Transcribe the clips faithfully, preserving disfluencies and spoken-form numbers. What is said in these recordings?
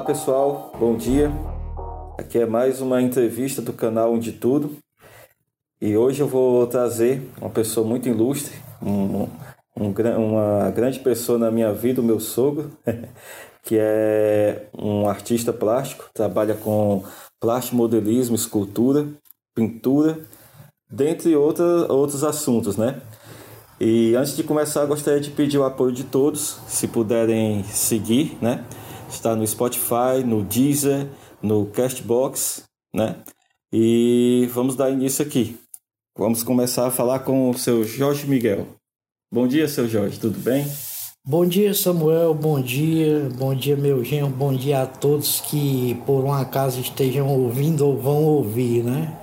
pessoal, bom dia. Aqui é mais uma entrevista do canal Um de Tudo. E hoje eu vou trazer uma pessoa muito ilustre, um, um, uma grande pessoa na minha vida, o meu sogro, que é um artista plástico, trabalha com plástico, modelismo, escultura, pintura, dentre outra, outros assuntos, né? E antes de começar, gostaria de pedir o apoio de todos, se puderem seguir, né? Está no Spotify, no Deezer, no Castbox, né? E vamos dar início aqui. Vamos começar a falar com o seu Jorge Miguel. Bom dia, seu Jorge, tudo bem? Bom dia, Samuel, bom dia, bom dia, meu genro, bom dia a todos que por um acaso estejam ouvindo ou vão ouvir, né?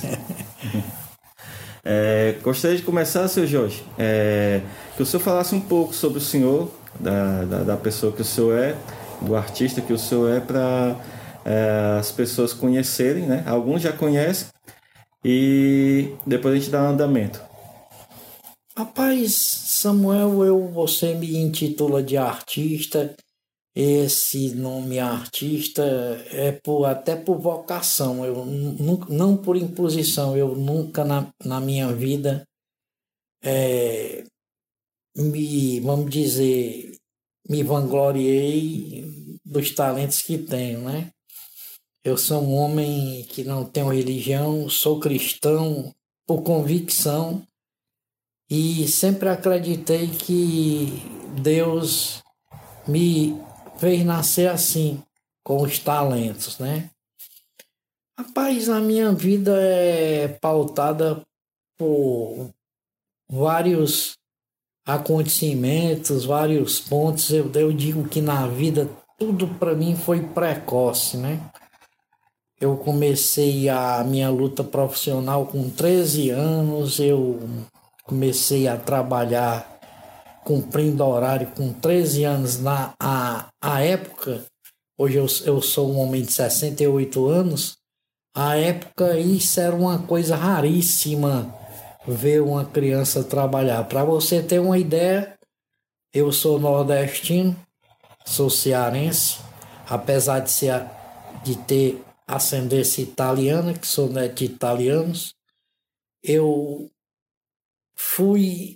É, gostaria de começar, seu Jorge, é, que o senhor falasse um pouco sobre o senhor, da, da, da pessoa que o senhor é, do artista que o senhor é, para é, as pessoas conhecerem, né? Alguns já conhecem, e depois a gente dá um andamento. Rapaz, Samuel, eu, você me intitula de artista. Esse nome artista é por, até por vocação, eu nu, não por imposição. Eu nunca na, na minha vida é, me, vamos dizer, me vangloriei dos talentos que tenho, né? Eu sou um homem que não tenho religião, sou cristão por convicção e sempre acreditei que Deus me fez nascer assim, com os talentos, né? Rapaz, a minha vida é pautada por vários acontecimentos, vários pontos. Eu, eu digo que na vida tudo para mim foi precoce, né? Eu comecei a minha luta profissional com treze anos, eu comecei a trabalhar cumprindo horário com treze anos na a, a época. Hoje eu, eu sou um homem de sessenta e oito anos. A época isso era uma coisa raríssima, ver uma criança trabalhar. Para você ter uma ideia, eu sou nordestino, sou cearense, apesar de ser de ter ascendência italiana, que sou neto de italianos, eu fui,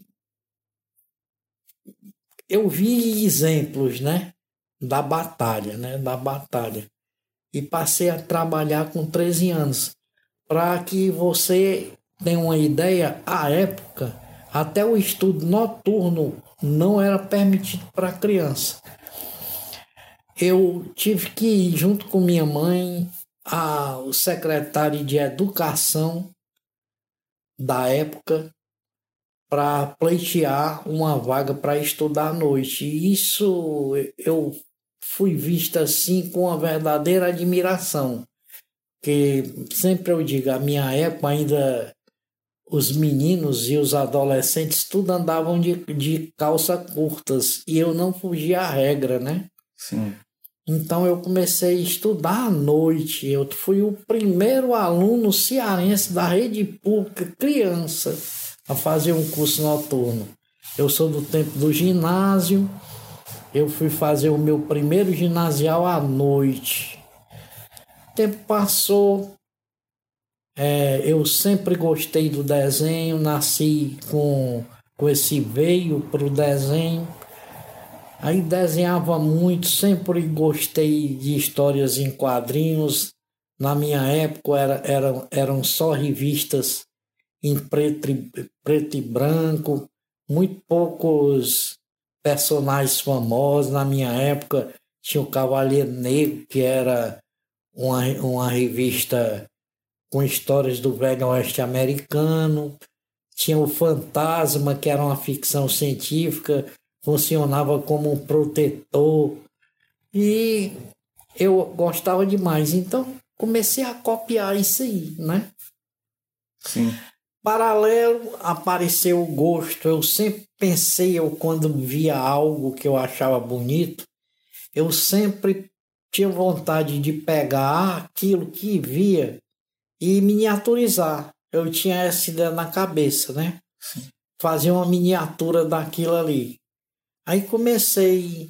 eu vi exemplos, né, da batalha, né, da batalha, e passei a trabalhar com treze anos. Para que você tenha uma ideia, à época, até o estudo noturno não era permitido para criança. Eu tive que ir junto com minha mãe ao secretário de Educação da época para pleitear uma vaga para estudar à noite. E isso eu fui vista assim com uma verdadeira admiração, que sempre eu digo, a minha época ainda os meninos e os adolescentes tudo andavam de, de calça curtas e eu não fugia à regra, né? Sim. Então eu comecei a estudar à noite. Eu fui o primeiro aluno cearense da rede pública, criança, a fazer um curso noturno. Eu sou do tempo do ginásio. Eu fui fazer o meu primeiro ginasial à noite. O tempo passou. É, eu sempre gostei do desenho. Nasci com, com esse veio para o desenho. Aí desenhava muito, sempre gostei de histórias em quadrinhos. Na minha época era, era, eram só revistas em preto, preto e branco, muito poucos personagens famosos. Na minha época tinha o Cavaleiro Negro, que era uma, uma revista com histórias do Velho Oeste americano. Tinha o Fantasma, que era uma ficção científica, funcionava como um protetor e eu gostava demais, então comecei a copiar isso aí, né? Sim. Paralelo apareceu o gosto. Eu sempre pensei, eu quando via algo que eu achava bonito, eu sempre tinha vontade de pegar aquilo que via e miniaturizar. Eu tinha essa ideia na cabeça, né? Sim. Fazer uma miniatura daquilo ali. Aí comecei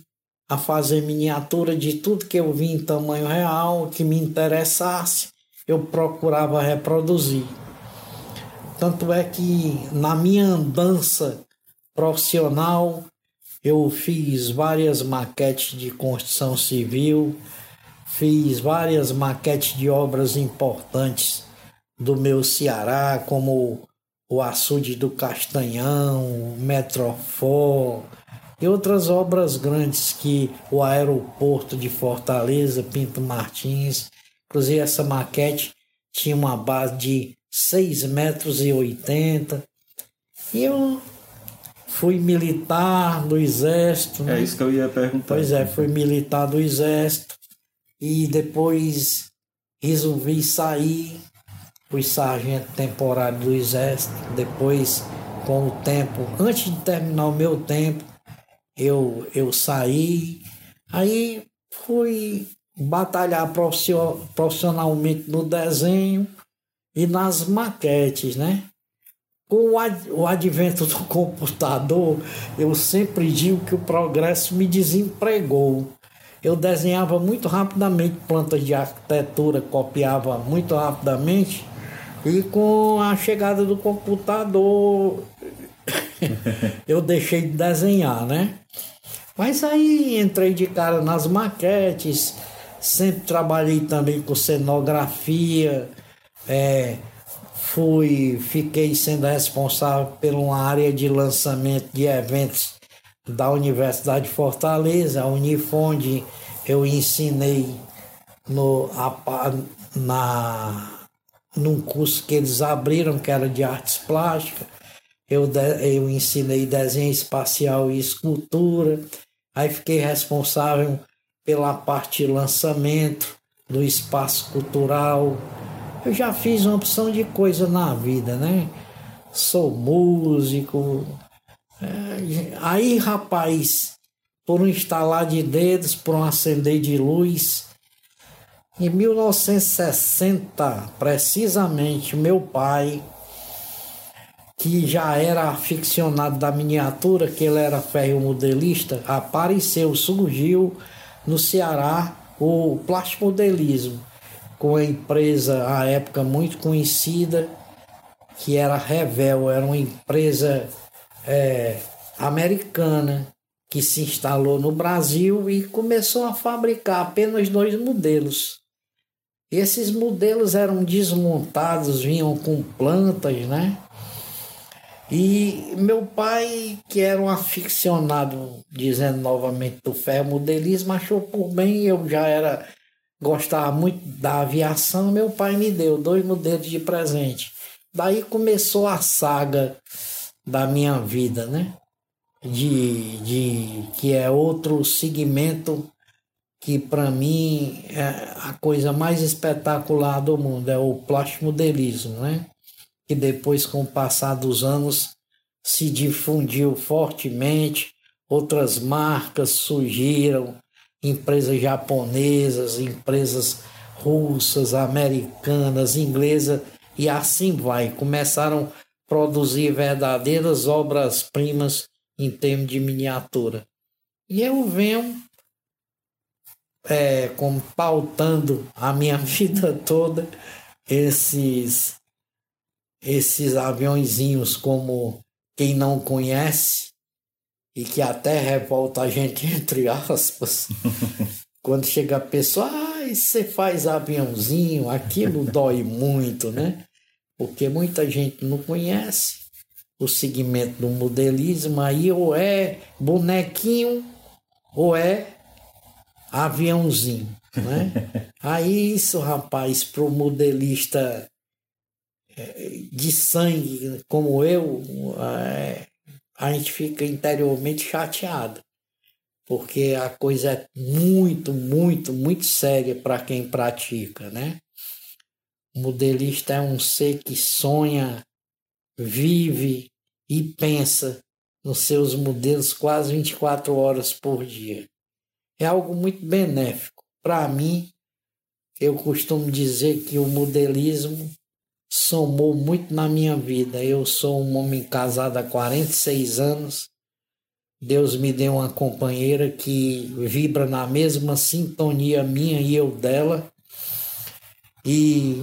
a fazer miniatura de tudo que eu vi em tamanho real, que me interessasse, eu procurava reproduzir. Tanto é que na minha andança profissional, eu fiz várias maquetes de construção civil, fiz várias maquetes de obras importantes do meu Ceará, como o Açude do Castanhão, o Metrofor e outras obras grandes, que o aeroporto de Fortaleza, Pinto Martins. Inclusive essa maquete tinha uma base de seis metros e oitenta. E eu fui militar do Exército. É né? isso que eu ia perguntar. Pois é, fui militar do Exército e depois resolvi sair. Fui sargento temporário do Exército. Depois, com o tempo, antes de terminar o meu tempo, eu, eu saí. Aí fui batalhar profissionalmente no desenho e nas maquetes, né? Com o, ad, o advento do computador, eu sempre digo que o progresso me desempregou. Eu desenhava muito rapidamente plantas de arquitetura, copiava muito rapidamente, e com a chegada do computador eu deixei de desenhar, né? Mas aí entrei de cara nas maquetes, sempre trabalhei também com cenografia, é, fui, fiquei sendo responsável por uma área de lançamento de eventos da Universidade de Fortaleza, a Unifonde. Eu ensinei no, a, na, num curso que eles abriram, que era de artes plásticas. Eu, de, eu ensinei desenho espacial e escultura. Aí fiquei responsável pela parte de lançamento do espaço cultural. Eu já fiz uma opção de coisa na vida, né? Sou músico. É, aí, rapaz, por um estalar de dedos, por um acender de luz, em mil novecentos e sessenta, precisamente, meu pai, que já era aficionado da miniatura, que ele era ferromodelista, apareceu, surgiu no Ceará o plastimodelismo, com a empresa, à época, muito conhecida, que era a Revel. Era uma empresa é, americana que se instalou no Brasil e começou a fabricar apenas dois modelos. Esses modelos eram desmontados, vinham com plantas, né? E meu pai, que era um aficionado, dizendo novamente, do ferromodelismo, achou por bem. Eu já era, gostava muito da aviação. Meu pai me deu dois modelos de presente. Daí começou a saga da minha vida, né? De, de, que é outro segmento que, para mim, é a coisa mais espetacular do mundo, é o plastimodelismo, né? Que depois, com o passar dos anos, se difundiu fortemente, outras marcas surgiram, empresas japonesas, empresas russas, americanas, inglesas, e assim vai. Começaram a produzir verdadeiras obras-primas em termos de miniatura. E eu venho é, como pautando a minha vida toda esses esses aviãozinhos, como quem não conhece, e que até revolta a gente, entre aspas, quando chega a pessoa, ah, você faz aviãozinho, aquilo dói muito, né? Porque muita gente não conhece o segmento do modelismo, aí ou é bonequinho ou é aviãozinho, né? Aí isso, rapaz, para o modelista de sangue como eu, é, a gente fica interiormente chateado, porque a coisa é muito, muito, muito séria para quem pratica, né? O modelista é um ser que sonha, vive e pensa nos seus modelos quase vinte e quatro horas por dia. É algo muito benéfico. Para mim, eu costumo dizer que o modelismo somou muito na minha vida. Eu sou um homem casado há quarenta e seis anos Deus me deu uma companheira que vibra na mesma sintonia minha e eu dela. E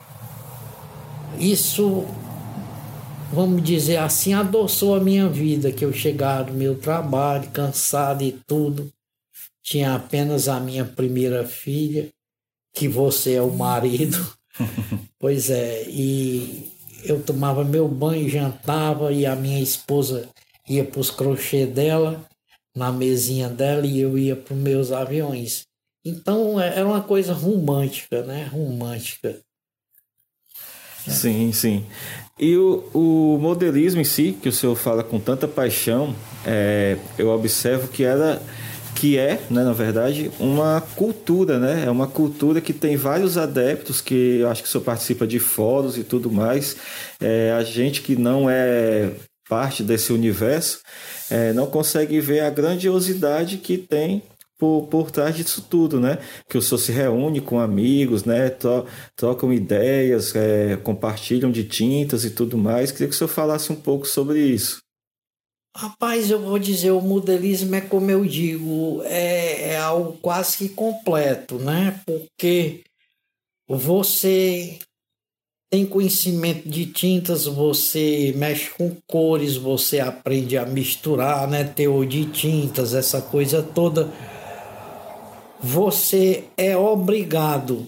isso, vamos dizer assim, adoçou a minha vida, que eu chegava do meu trabalho, cansado e tudo. Tinha apenas a minha primeira filha, que você é o marido. Pois é, e eu tomava meu banho, jantava, e a minha esposa ia para os crochê dela, na mesinha dela, e eu ia para os meus aviões. Então era uma coisa romântica, né? Romântica. Sim, sim. E o, o modelismo em si, que o senhor fala com tanta paixão, é, eu observo que era, que é, né, na verdade, uma cultura, né? É uma cultura que tem vários adeptos, que eu acho que o senhor participa de fóruns e tudo mais. É, a gente que não é parte desse universo é, não consegue ver a grandiosidade que tem Por, por trás disso tudo, né? Que o senhor se reúne com amigos, né? Tro, trocam ideias, é, compartilham de tintas e tudo mais. Queria que o senhor falasse um pouco sobre isso. Rapaz, eu vou dizer, o modelismo é como eu digo, é, é algo quase que completo, né? Porque você tem conhecimento de tintas, você mexe com cores, você aprende a misturar, né? Teor de tintas, essa coisa toda. Você é obrigado,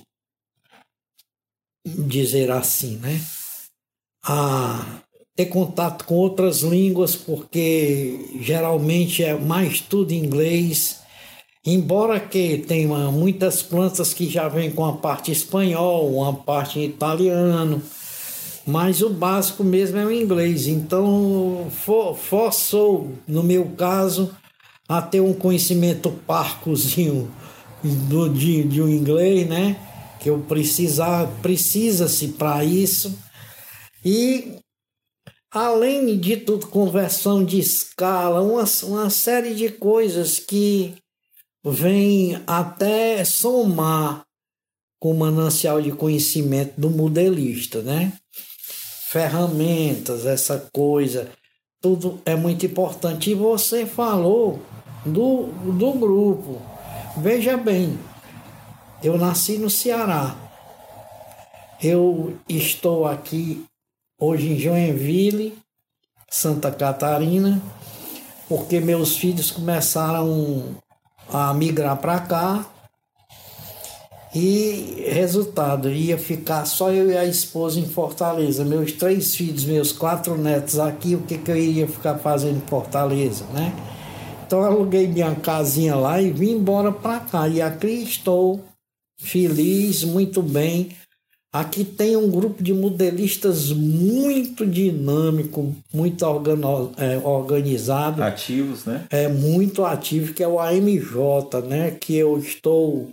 dizer assim, né, a ter contato com outras línguas, porque geralmente é mais tudo em inglês, embora que tenha muitas plantas que já vêm com a parte espanhol, uma parte em italiano, mas o básico mesmo é o inglês. Então for, forçou, no meu caso, a ter um conhecimento parcozinho do, de, de um inglês, né? Que eu precisar, precisa-se para isso. E, além de tudo, conversão de escala, uma, uma série de coisas que vem até somar com o manancial de conhecimento do modelista, né? Ferramentas, essa coisa, tudo é muito importante. E você falou do, do grupo. Veja bem, eu nasci no Ceará. Eu estou aqui hoje em Joinville, Santa Catarina, porque meus filhos começaram a migrar para cá. E resultado, ia ficar só eu e a esposa em Fortaleza. Meus três filhos, meus quatro netos aqui, o que, que eu iria ficar fazendo em Fortaleza, né? Então eu aluguei minha casinha lá e vim embora para cá. E aqui estou feliz, muito bem. Aqui tem um grupo de modelistas muito dinâmico, muito organo, é, organizado. Ativos, né? É muito ativo, que é o A M J, né? Que eu estou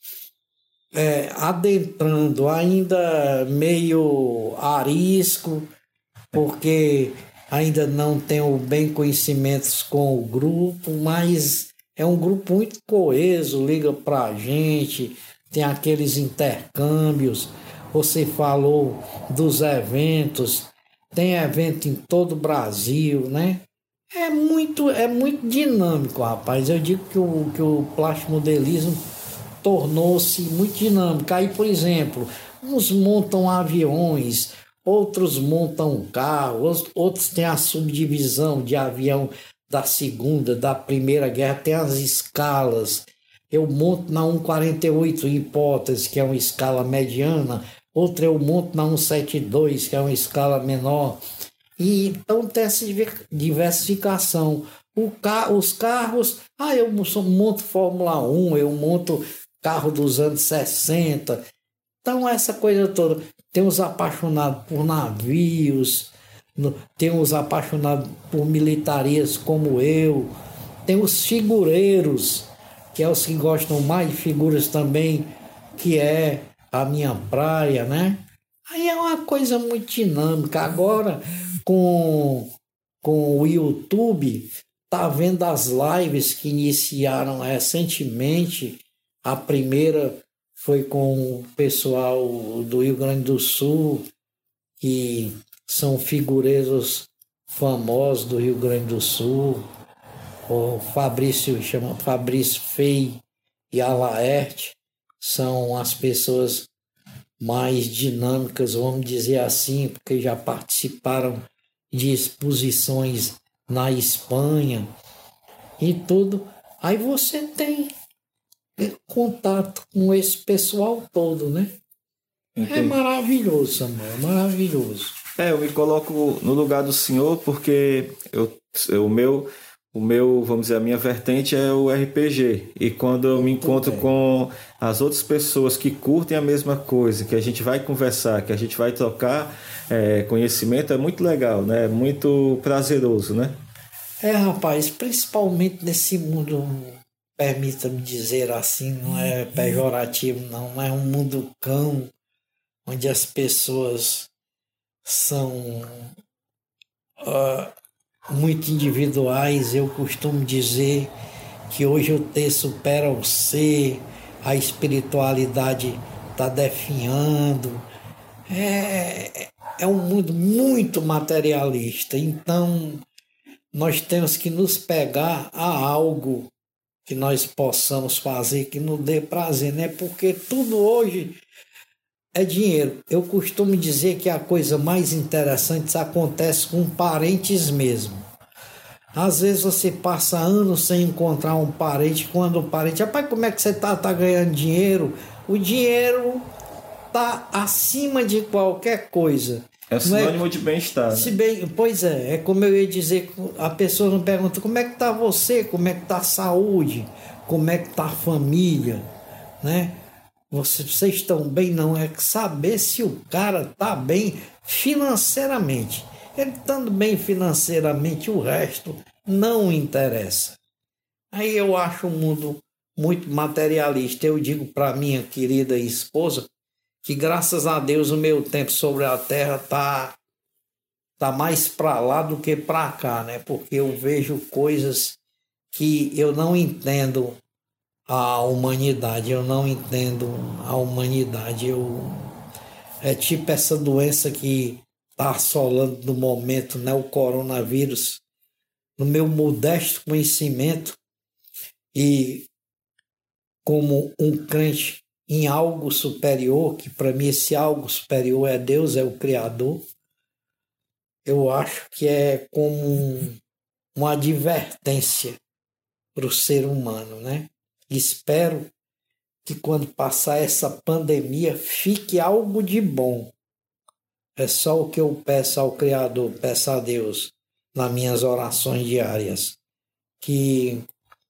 é, adentrando, ainda meio arisco, porque ainda não tenho bem conhecimentos com o grupo, mas é um grupo muito coeso, liga pra gente, tem aqueles intercâmbios. Você falou dos eventos, tem evento em todo o Brasil, né? É muito, é muito dinâmico, rapaz. Eu digo que o, que o plastimodelismo tornou-se muito dinâmico. Aí, por exemplo, uns montam aviões, outros montam carros, outros têm a subdivisão de avião da Segunda, da Primeira Guerra, tem as escalas. Eu monto na cento e quarenta e oito hipótese, que é uma escala mediana, outra eu monto na cento e setenta e dois, que é uma escala menor. E então tem essa diversificação. O ca... Os carros, ah, eu monto Fórmula um, eu monto carro dos anos sessenta. Então essa coisa toda. Tem os apaixonados por navios, tem os apaixonados por militarias como eu, tem os figureiros, que é os que gostam mais de figuras também, que é a minha praia, né? Aí é uma coisa muito dinâmica. Agora, com, com o YouTube, tá vendo as lives que iniciaram recentemente. A primeira foi com o pessoal do Rio Grande do Sul, que são figureiros famosos do Rio Grande do Sul. o Fabrício, chama Fabrício Fei e a Laerte, são as pessoas mais dinâmicas, vamos dizer assim, porque já participaram de exposições na Espanha e tudo. Aí você tem contato com esse pessoal todo, né? Entendi. É maravilhoso, Samuel, é maravilhoso. É, eu me coloco no lugar do senhor porque eu, eu, o meu, o meu, vamos dizer, a minha vertente é o R P G. E quando eu me encontro com as outras pessoas que curtem a mesma coisa, que a gente vai conversar, que a gente vai trocar é, conhecimento, é muito legal, né? É muito prazeroso, né? É, rapaz, principalmente nesse mundo, permita-me dizer assim, não é pejorativo, não, é um mundo cão, onde as pessoas são uh, muito individuais. Eu costumo dizer que hoje o T supera o C, a espiritualidade está definhando. É, é um mundo muito materialista, então nós temos que nos pegar a algo que nós possamos fazer que nos dê prazer, né? Porque tudo hoje é dinheiro. Eu costumo dizer que a coisa mais interessante acontece com parentes mesmo. Às vezes você passa anos sem encontrar um parente, quando o parente, rapaz, como é que você tá, tá ganhando dinheiro? O dinheiro tá acima de qualquer coisa. É sinônimo é, de bem-estar. Se bem, pois é, é como eu ia dizer, a pessoa não pergunta como é que tá você, como é que tá a saúde, como é que tá a família, né? Vocês, vocês estão bem? Não, é saber se o cara tá bem financeiramente. Ele estando bem financeiramente, o resto não interessa. Aí eu acho o mundo muito materialista. Eu digo para minha querida esposa que graças a Deus o meu tempo sobre a terra tá, tá mais para lá do que para cá, né? Porque eu vejo coisas que eu não entendo a humanidade, eu não entendo a humanidade. Eu, é tipo essa doença que está assolando no momento, né? O coronavírus. No meu modesto conhecimento e como um crente em algo superior, que para mim esse algo superior é Deus, é o Criador, eu acho que é como um, uma advertência para o ser humano, né? Espero que quando passar essa pandemia fique algo de bom. É só o que eu peço ao Criador, peço a Deus nas minhas orações diárias, que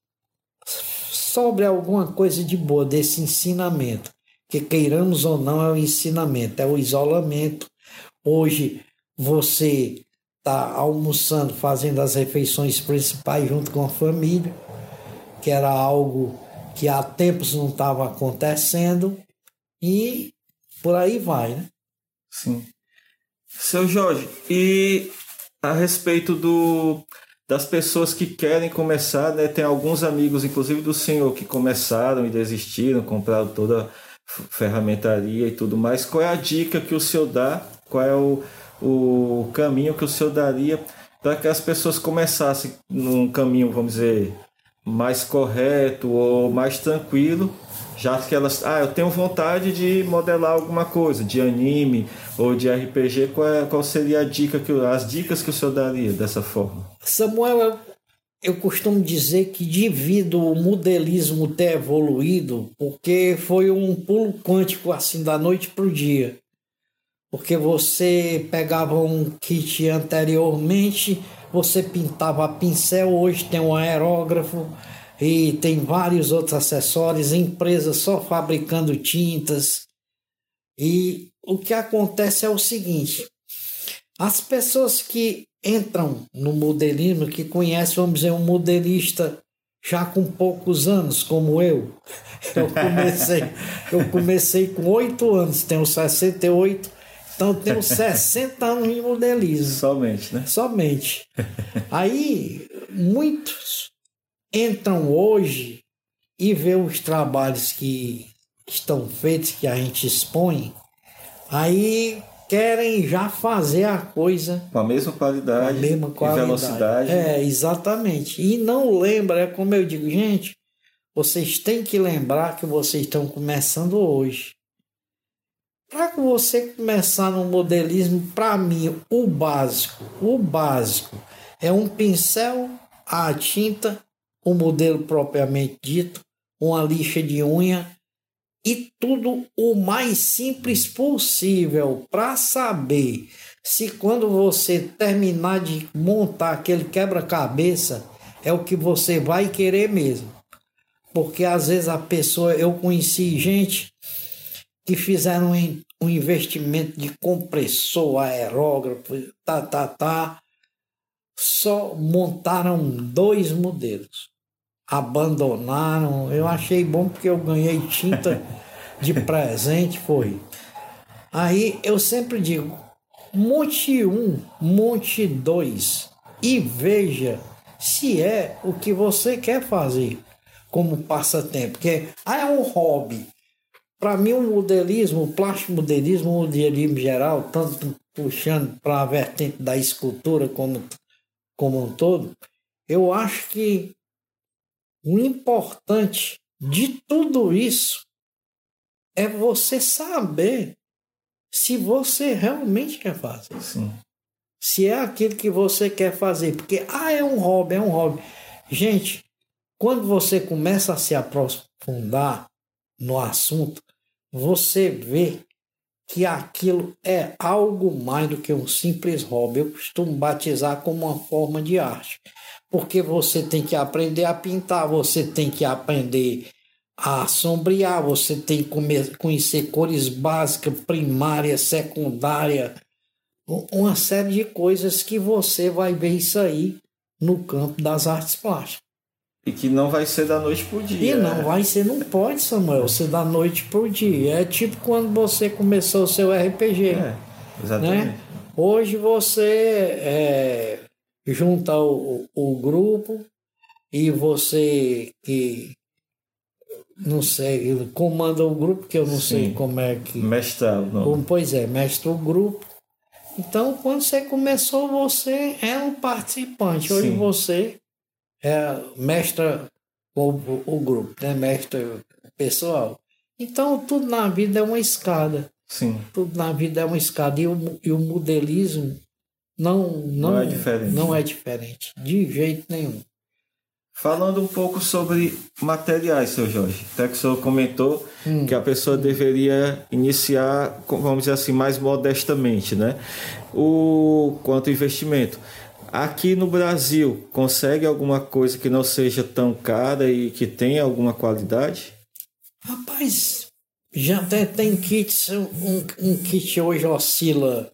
sobre alguma coisa de boa desse ensinamento, que queiramos ou não é o ensinamento, é o isolamento. Hoje você está almoçando, fazendo as refeições principais junto com a família, que era algo que há tempos não estava acontecendo, e por aí vai, né? Sim. Seu Jorge, e a respeito do... das pessoas que querem começar, né? Tem alguns amigos, inclusive do senhor, que começaram e desistiram, compraram toda a ferramentaria e tudo mais. Qual é a dica que o senhor dá? Qual é o, o caminho que o senhor daria para que as pessoas começassem num caminho, vamos dizer, mais correto ou mais tranquilo, já que elas... Ah, eu tenho vontade de modelar alguma coisa, de anime ou de R P G, qual, é, qual seria a dica, que, as dicas que o senhor daria dessa forma? Samuel, eu, eu costumo dizer que devido ao modelismo ter evoluído, porque foi um pulo quântico assim da noite para o dia, porque você pegava um kit anteriormente, você pintava a pincel, hoje tem um aerógrafo e tem vários outros acessórios, empresas só fabricando tintas. E o que acontece é o seguinte, as pessoas que entram no modelismo, que conhecem, vamos dizer, um modelista já com poucos anos, como eu. Eu comecei, eu comecei com oito anos, tenho sessenta e oito, então tenho sessenta anos de modelismo. Somente, né? Somente. Aí, muitos entram hoje e vê os trabalhos que estão feitos, que a gente expõe, aí querem já fazer a coisa com a mesma qualidade, com a mesma qualidade. E velocidade. É, exatamente. E não lembra, é como eu digo, gente, vocês têm que lembrar que vocês estão começando hoje. Para você começar no modelismo, para mim, o básico, o básico é um pincel, a tinta, o modelo propriamente dito, uma lixa de unha e tudo o mais simples possível para saber se quando você terminar de montar aquele quebra-cabeça é o que você vai querer mesmo. Porque às vezes a pessoa, eu conheci gente que fizeram um investimento de compressor, aerógrafo, tá, tá, tá, só montaram dois modelos, abandonaram. Eu achei bom porque eu ganhei tinta de presente, foi. Aí eu sempre digo, monte um, monte dois e veja se é o que você quer fazer como passatempo, porque ah, é um hobby. Para mim, o modelismo, o plástico modelismo, o modelismo geral, tanto puxando para a vertente da escultura como, como um todo, eu acho que o importante de tudo isso é você saber se você realmente quer fazer. Sim. Se é aquilo que você quer fazer. Porque, ah, é um hobby, é um hobby. Gente, quando você começa a se aprofundar no assunto, você vê que aquilo é algo mais do que um simples hobby. Eu costumo batizar como uma forma de arte, porque você tem que aprender a pintar, você tem que aprender a sombrear, você tem que conhecer cores básicas, primárias, secundárias, uma série de coisas que você vai ver isso aí no campo das artes plásticas. E que não vai ser da noite pro dia. E não vai ser, não pode, Samuel, ser da noite pro dia. É tipo quando você começou o seu R P G. É, exatamente. Né? Hoje você é, junta o, o grupo e você que, não sei, comanda o grupo, que eu não Sim. sei como é que... Mestrar o nome. Pois é, mestra o grupo. Então, quando você começou, você é um participante. Hoje Sim. você... é mestra o, o, o grupo, né? Mestra pessoal. Então, tudo na vida é uma escada. Sim. Tudo na vida é uma escada. E o, e o modelismo não, não, não é diferente. Não é diferente, de jeito nenhum. Falando um pouco sobre materiais, seu Jorge. Até que o senhor comentou hum. que a pessoa deveria iniciar, vamos dizer assim, mais modestamente, né? O quanto ao investimento. Aqui no Brasil, consegue alguma coisa que não seja tão cara e que tenha alguma qualidade? Rapaz, já tem, tem kits, um, um kit hoje oscila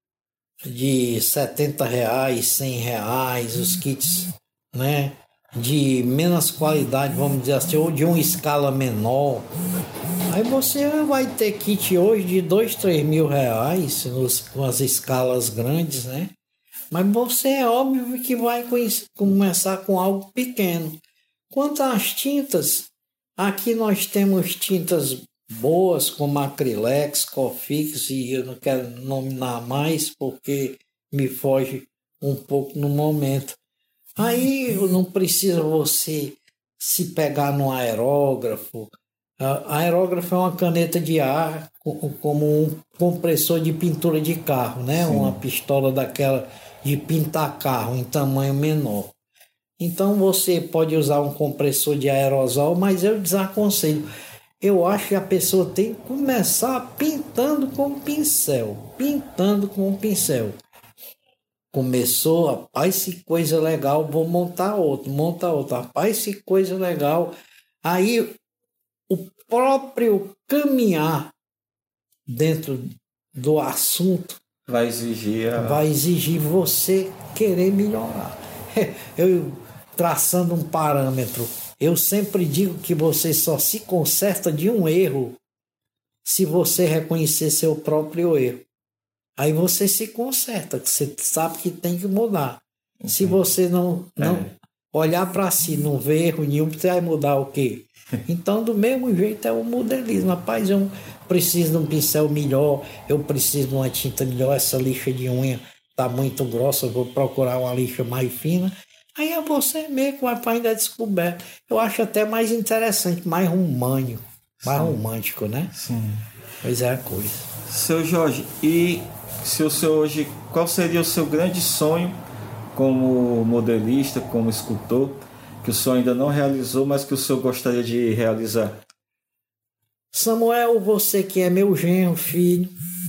de setenta reais, cem reais, os kits, né, de menos qualidade, vamos dizer assim, ou de uma escala menor. Aí você vai ter kit hoje de dois, três mil reais, nos, com as escalas grandes, né? Mas você é óbvio que vai começar com algo pequeno. Quanto às tintas, aqui nós temos tintas boas como Acrylex, Cofix, e eu não quero nominar mais porque me foge um pouco no momento. Aí não precisa você se pegar no aerógrafo. A aerógrafo é uma caneta de ar como um compressor de pintura de carro, né? Sim. Uma pistola daquela de pintar carro em tamanho menor. Então você pode usar um compressor de aerosol, mas eu desaconselho. Eu acho que a pessoa tem que começar pintando com pincel, pintando com pincel. Começou, rapaz, que coisa legal, vou montar outro, montar outro, rapaz, que coisa legal. Aí o próprio caminhar dentro do assunto vai exigir a... vai exigir você querer melhorar. Eu traçando um parâmetro, eu sempre digo que você só se conserta de um erro se você reconhecer seu próprio erro. Aí você se conserta, que você sabe que tem que mudar. Uhum. Se você não, não é. olhar para si, não ver erro nenhum, você vai mudar o quê? Então, do mesmo jeito é o modelismo. Rapaz, eu preciso de um pincel melhor, eu preciso de uma tinta melhor, essa lixa de unha tá muito grossa, eu vou procurar uma lixa mais fina. Aí é você mesmo que vai fazer a descoberta. Eu acho até mais interessante, mais romântico, mais Sim. romântico, né? Sim. Pois é a coisa. Seu Jorge, e se o seu hoje, qual seria o seu grande sonho como modelista, como escultor, que o senhor ainda não realizou, mas que o senhor gostaria de realizar? Samuel, você que é meu genro, filho,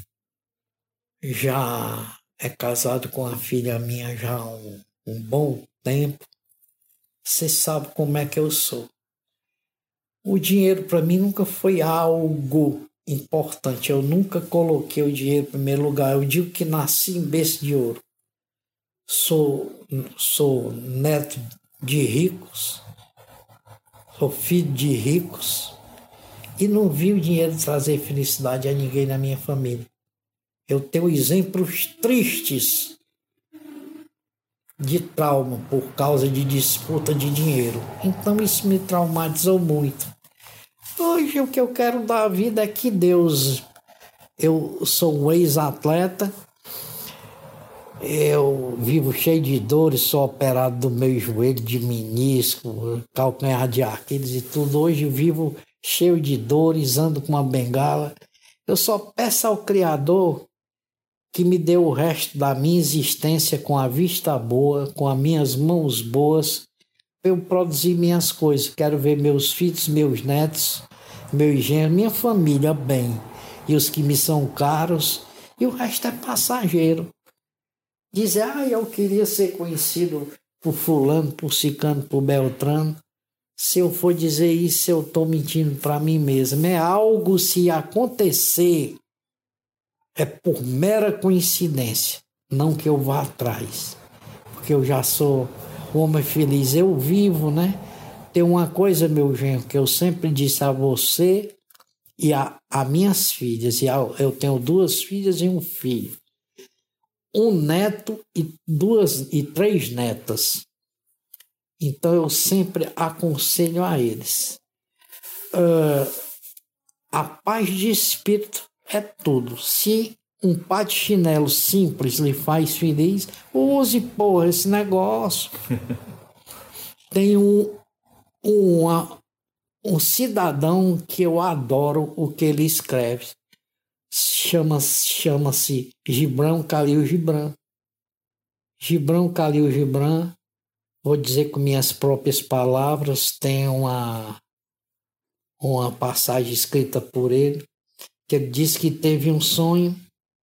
já é casado com a filha minha já há um, um bom tempo. Você sabe como é que eu sou. O dinheiro para mim nunca foi algo importante. Eu nunca coloquei o dinheiro em primeiro lugar. Eu digo que nasci em berço de ouro. Sou, sou neto de ricos, sou filho de ricos e não vi o dinheiro trazer felicidade a ninguém na minha família. Eu tenho exemplos tristes de trauma por causa de disputa de dinheiro. Então isso me traumatizou muito. Hoje o que eu quero da vida é que Deus... Eu sou um ex-atleta, eu vivo cheio de dores, sou operado do meu joelho, de menisco, calcanhar de Aquiles e tudo. Hoje vivo cheio de dores, ando com uma bengala. Eu só peço ao Criador que me deu o resto da minha existência com a vista boa, com as minhas mãos boas, para eu produzir minhas coisas. Quero ver meus filhos, meus netos, meu genro, minha família bem, e os que me são caros, e o resto é passageiro. Dizer, ah, eu queria ser conhecido por fulano, por ciclano, por beltrano. Se eu for dizer isso, eu estou mentindo para mim mesmo. É algo, se acontecer, é por mera coincidência, não que eu vá atrás. Porque eu já sou um homem feliz, eu vivo, né? Tem uma coisa, meu genro, que eu sempre disse a você e a, a minhas filhas. E a, eu tenho duas filhas e um filho. Um neto e duas e três netas. Então eu sempre aconselho a eles. Uh, a paz de espírito é tudo. Se um par de chinelo simples lhe faz feliz, use, porra, esse negócio. Tem um, uma, um cidadão que eu adoro o que ele escreve. Chama-se chama Gibran Khalil Gibran. Gibran Khalil Gibran, vou dizer com minhas próprias palavras, tem uma, uma passagem escrita por ele, que ele diz que teve um sonho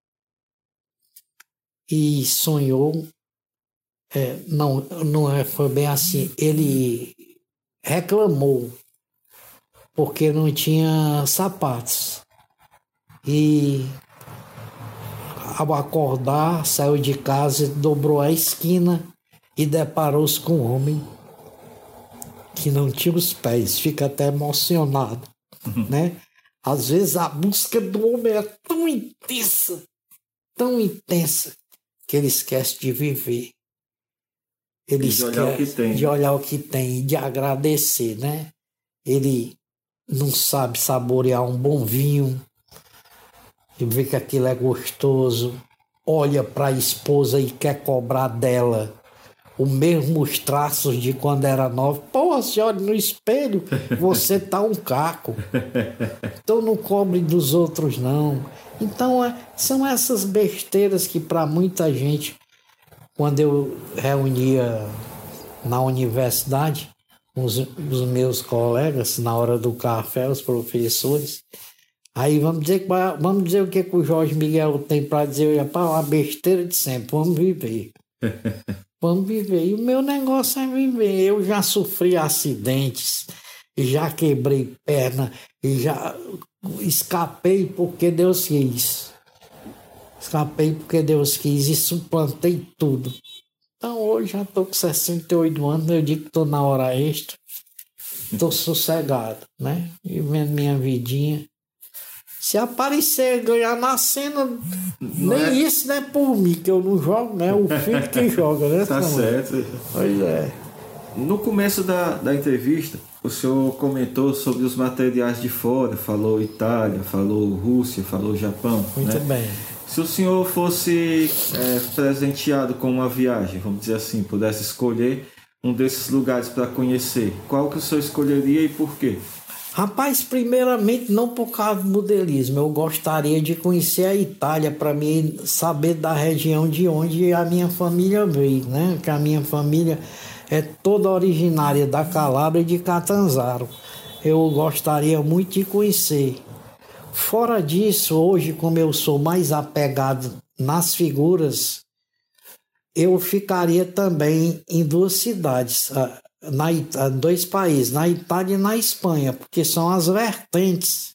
e sonhou, é, não, não é, foi bem assim, ele reclamou porque não tinha sapatos. E ao acordar, saiu de casa, dobrou a esquina e deparou-se com um homem que não tinha os pés. Fica até emocionado, uhum. né? Às vezes a busca do homem é tão intensa, tão intensa, que ele esquece de viver. Ele de esquece olhar o que tem. de olhar o que tem e de agradecer, né? Ele não sabe saborear um bom vinho, e vê que aquilo é gostoso, olha para a esposa e quer cobrar dela os mesmos traços de quando era nova. Pô, se olha no espelho, você tá um caco. Então não cobre dos outros, não. Então é, são essas besteiras que para muita gente, quando eu reunia na universidade, os, os meus colegas, na hora do café, os professores, aí vamos dizer, vamos dizer o que, que o Jorge Miguel tem para dizer, olha, pá, uma besteira de sempre, vamos viver. Vamos viver. E o meu negócio é viver. Eu já sofri acidentes, já quebrei perna, e já escapei porque Deus quis. Escapei porque Deus quis e suplantei tudo. Então hoje já estou com sessenta e oito anos, eu digo que estou na hora extra, estou sossegado, né? Vivendo minha vidinha. Se aparecer, ganhar na cena, não nem é... isso não é por mim, que eu não jogo, né? O filho que joga, né? Tá certo. Pois é. No começo da, da entrevista, o senhor comentou sobre os materiais de fora, falou Itália, falou Rússia, falou Japão. Muito né? bem. Se o senhor fosse é, presenteado com uma viagem, vamos dizer assim, pudesse escolher um desses lugares para conhecer, qual que o senhor escolheria e por quê? Rapaz, primeiramente, não por causa do modelismo. Eu gostaria de conhecer a Itália para mim saber da região de onde a minha família veio, né? Que a minha família é toda originária da Calábria e de Catanzaro. Eu gostaria muito de conhecer. Fora disso, hoje, como eu sou mais apegado nas figuras, eu ficaria também em duas cidades, na, dois países, na Itália e na Espanha, porque são as vertentes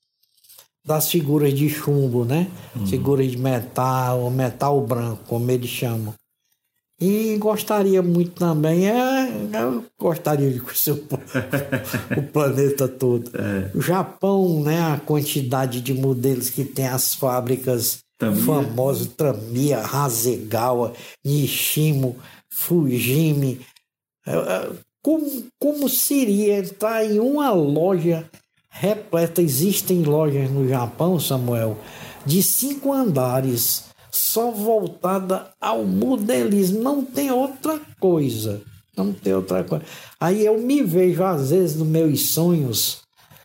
das figuras de chumbo, né? Uhum. Figuras de metal, metal branco, como eles chamam. E gostaria muito também, é, eu gostaria de conhecer o, o planeta todo. É. O Japão, né? A quantidade de modelos que tem, as fábricas Tamiya. famosas, Tamiya, Hasegawa, Nishimo, Fujimi. Como, como seria entrar em uma loja repleta? Existem lojas no Japão, Samuel, de cinco andares, só voltada ao modelismo, não tem outra coisa, não tem outra coisa. Aí eu me vejo às vezes nos meus sonhos,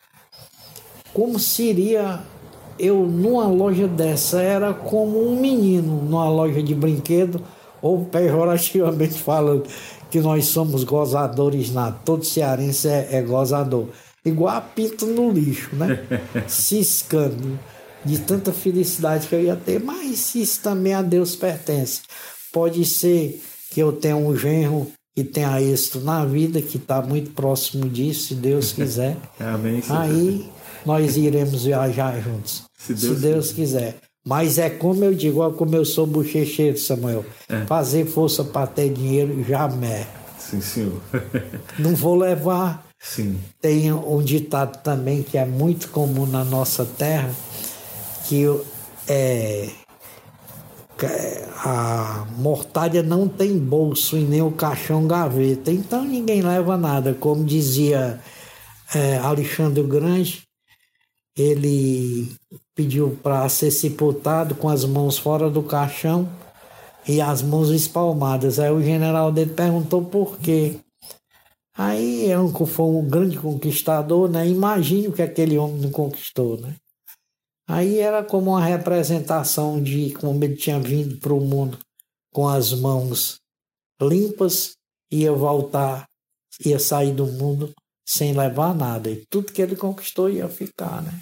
como seria eu numa loja dessa, era como um menino numa loja de brinquedo, ou pejorativamente falando, que nós somos gozadores natos, todo cearense é, é gozador, igual a pinto no lixo, né? Ciscando de tanta felicidade que eu ia ter, mas isso também a Deus pertence. Pode ser que eu tenha um genro que tenha êxito na vida, que está muito próximo disso, se Deus quiser. Amém. Aí nós iremos viajar juntos, se Deus, se Deus quiser. Mas é como eu digo, como eu sou bochecheiro, Samuel, é. fazer força para ter dinheiro, jamais. Sim, senhor. Não vou levar. Sim. Tem um ditado também que é muito comum na nossa terra, que é, a mortalha não tem bolso e nem o caixão gaveta, então ninguém leva nada. Como dizia é, Alexandre o Grande, ele pediu para ser sepultado com as mãos fora do caixão e as mãos espalmadas. Aí o general dele perguntou por quê. Aí foi um grande conquistador, né? Imagine o que aquele homem não conquistou, né? Aí era como uma representação de como ele tinha vindo para o mundo com as mãos limpas, ia voltar, ia sair do mundo sem levar nada. E tudo que ele conquistou ia ficar, né?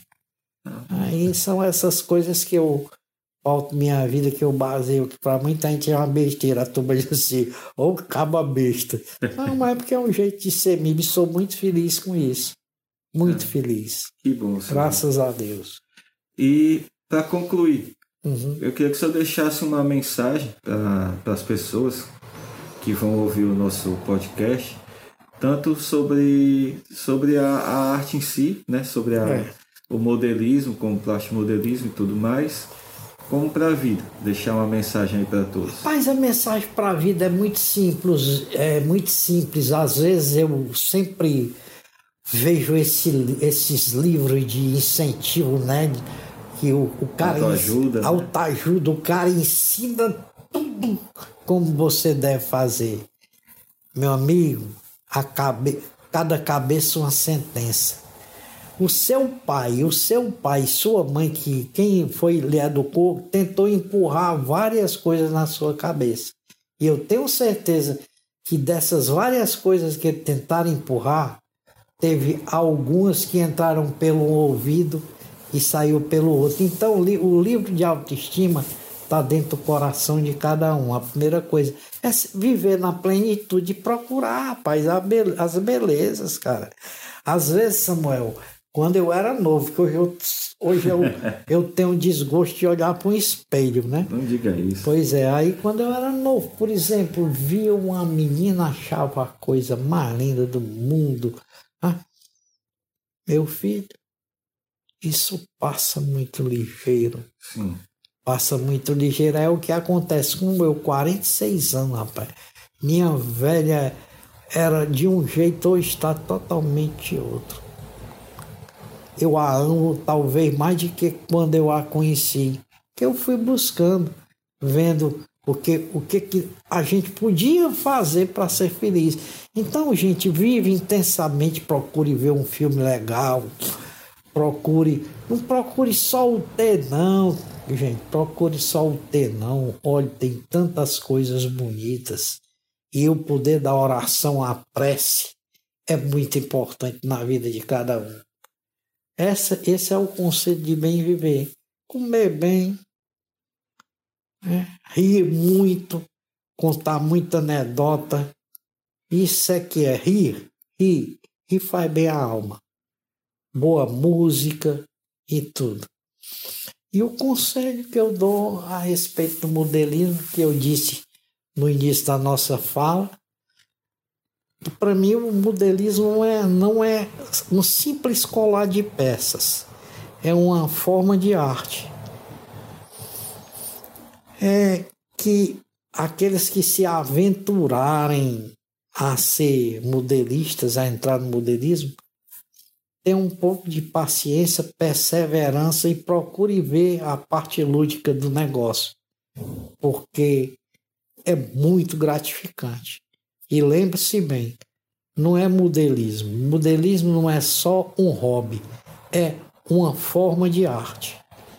Aí são essas coisas que eu pauto minha vida, que eu baseio, que para muita gente é uma besteira. A turma diz assim, ou acaba besta. Não, mas é porque é um jeito de ser mim. E sou muito feliz com isso. Muito é. feliz. Que bom. Senhor. Graças a Deus. E para concluir, uhum. eu queria que o senhor deixasse uma mensagem para as pessoas que vão ouvir o nosso podcast, tanto sobre, sobre a, a arte em si, né? Sobre a, é. o modelismo, como o plastimodelismo e tudo mais, como para a vida. Deixar uma mensagem aí para todos. Mas a mensagem para a vida é muito simples, é muito simples. Às vezes eu sempre vejo esse, esses livros de incentivo, né? Que o, o cara autoajuda, ensina, autoajuda, o cara ensina tudo como você deve fazer. Meu amigo, a cabe, cada cabeça uma sentença. O seu pai, o seu pai, sua mãe, que quem foi lhe educou, tentou empurrar várias coisas na sua cabeça. E eu tenho certeza que dessas várias coisas que tentaram empurrar, teve algumas que entraram pelo ouvido e saiu pelo outro. Então, o livro de autoestima está dentro do coração de cada um. A primeira coisa é viver na plenitude e procurar, rapaz, as belezas, cara. Às vezes, Samuel, quando eu era novo, que hoje eu, hoje eu, eu tenho desgosto de olhar para um espelho, né? Não diga isso. Pois é, aí quando eu era novo, por exemplo, via uma menina, achava a coisa mais linda do mundo. Ah, meu filho, isso passa muito ligeiro. Sim. Passa muito ligeiro. É o que acontece com o meu quarenta e seis anos, rapaz. Minha velha era de um jeito, hoje está totalmente outro. Eu a amo talvez mais do que quando eu a conheci, que eu fui buscando, vendo o que, o que, que a gente podia fazer para ser feliz. Então, gente, vive intensamente, procure ver um filme legal, procure, não procure só o ter não, gente, procure só o ter não. Olha, tem tantas coisas bonitas e o poder da oração, a prece, é muito importante na vida de cada um. Essa, esse é o conceito de bem viver. Comer bem, né? Rir muito, contar muita anedota. Isso é que é rir, rir, rir faz bem a alma. Boa música e tudo. E o conselho que eu dou a respeito do modelismo, que eu disse no início da nossa fala, para mim o modelismo não é, não é um simples colar de peças, é uma forma de arte. É que aqueles que se aventurarem a ser modelistas, a entrar no modelismo, tenham um pouco de paciência, perseverança e procure ver a parte lúdica do negócio, porque é muito gratificante. E lembre-se bem, não é modelismo. Modelismo não é só um hobby, é uma forma de arte.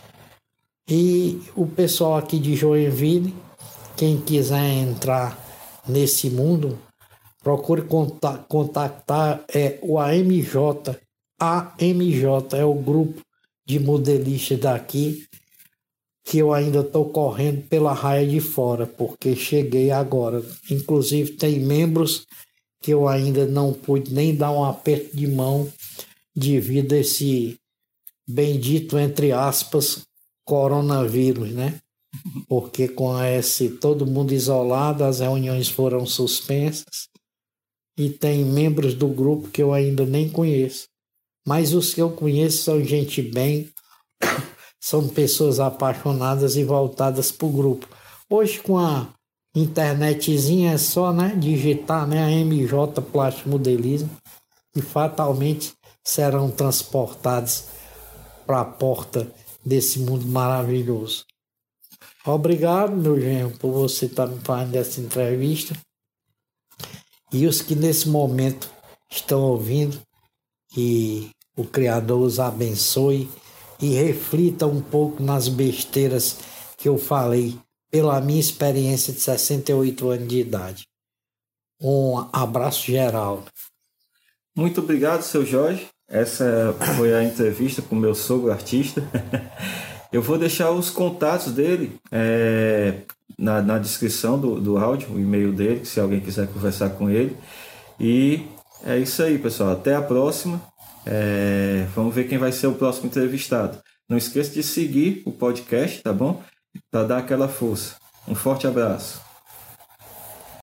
E o pessoal aqui de Joinville, quem quiser entrar nesse mundo, procure contactar é, o A M J. A M J é o grupo de modelistas daqui, que eu ainda estou correndo pela raia de fora, porque cheguei agora. Inclusive tem membros que eu ainda não pude nem dar um aperto de mão devido a esse bendito, entre aspas, coronavírus, né? Porque com esse todo mundo isolado, as reuniões foram suspensas e tem membros do grupo que eu ainda nem conheço. Mas os que eu conheço são gente bem, são pessoas apaixonadas e voltadas para o grupo. Hoje, com a internetzinha, é só, né, digitar, né, a M J Plástico Modelismo e fatalmente serão transportados para a porta desse mundo maravilhoso. Obrigado, meu genro, por você estar me fazendo essa entrevista. E os que nesse momento estão ouvindo, que o Criador os abençoe e reflita um pouco nas besteiras que eu falei pela minha experiência de sessenta e oito anos de idade. Um abraço geral. Muito obrigado, seu Jorge. Essa foi a entrevista com o meu sogro artista. Eu vou deixar os contatos dele é, na, na descrição do, do áudio, o e-mail dele, se alguém quiser conversar com ele. E é isso aí, pessoal. Até a próxima. É, vamos ver quem vai ser o próximo entrevistado. Não esqueça de seguir o podcast, tá bom? Para dar aquela força. Um forte abraço.